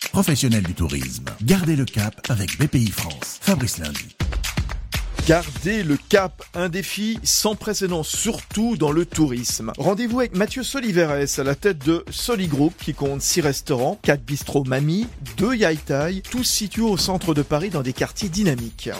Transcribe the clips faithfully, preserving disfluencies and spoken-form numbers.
Professionnels du tourisme, gardez le cap avec B P I France. Fabrice Lundy. Garder le cap, un défi sans précédent, surtout dans le tourisme. Rendez-vous avec Mathieu Soliveres à la tête de Soligroup qui compte six restaurants, quatre bistrots Mamie, deux Yaïtaï, tous situés au centre de Paris dans des quartiers dynamiques.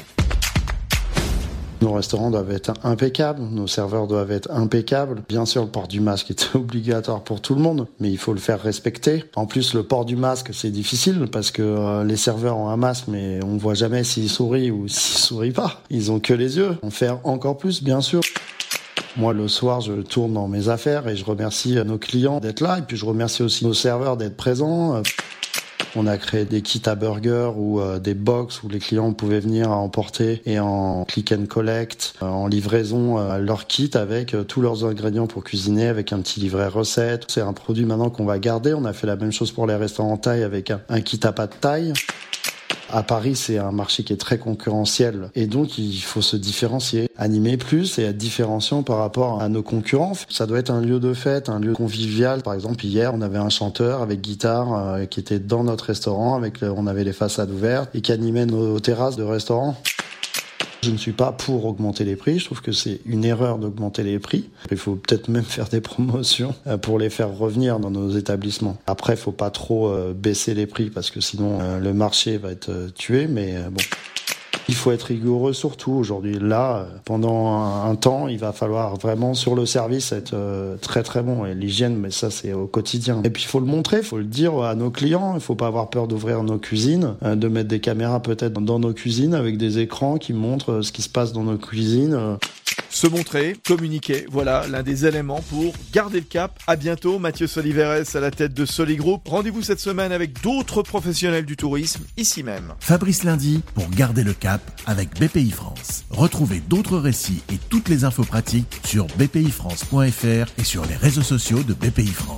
Nos restaurants doivent être impeccables, nos serveurs doivent être impeccables. Bien sûr, le port du masque est obligatoire pour tout le monde, mais il faut le faire respecter. En plus, le port du masque, c'est difficile parce que euh, les serveurs ont un masque, mais on voit jamais s'ils sourient ou s'ils sourient pas. Ils ont que les yeux. On fait encore plus, bien sûr. Moi, le soir, je tourne dans mes affaires et je remercie nos clients d'être là. Et puis, je remercie aussi nos serveurs d'être présents. On a créé des kits à burger ou euh, des box où les clients pouvaient venir à emporter et en click and collect, euh, en livraison, euh, leur kit avec euh, tous leurs ingrédients pour cuisiner, avec un petit livret recette. C'est un produit maintenant qu'on va garder. On a fait la même chose pour les restaurants thaï avec un, un kit à pâtes thaï. À Paris, c'est un marché qui est très concurrentiel et donc il faut se différencier, animer plus et être différenciant par rapport à nos concurrents. Ça doit être un lieu de fête, un lieu convivial. Par exemple, hier, on avait un chanteur avec guitare euh, qui était dans notre restaurant, avec le, on avait les façades ouvertes et qui animait nos terrasses de restaurant. Je ne suis pas pour augmenter les prix, je trouve que c'est une erreur d'augmenter les prix. Il faut peut-être même faire des promotions pour les faire revenir dans nos établissements. Après, il ne faut pas trop baisser les prix parce que sinon le marché va être tué, mais bon. Il faut être rigoureux surtout aujourd'hui. Là, pendant un temps, il va falloir vraiment sur le service être très très bon. Et l'hygiène, mais ça c'est au quotidien. Et puis il faut le montrer, il faut le dire à nos clients. Il ne faut pas avoir peur d'ouvrir nos cuisines, de mettre des caméras peut-être dans nos cuisines avec des écrans qui montrent ce qui se passe dans nos cuisines. Se montrer, communiquer, voilà l'un des éléments pour garder le cap. À bientôt, Mathieu Soliveres à la tête de Soligroup. Rendez-vous cette semaine avec d'autres professionnels du tourisme, ici même. Fabrice Lundy pour garder le cap avec B P I France. Retrouvez d'autres récits et toutes les infos pratiques sur b p i france point f r et sur les réseaux sociaux de B P I France.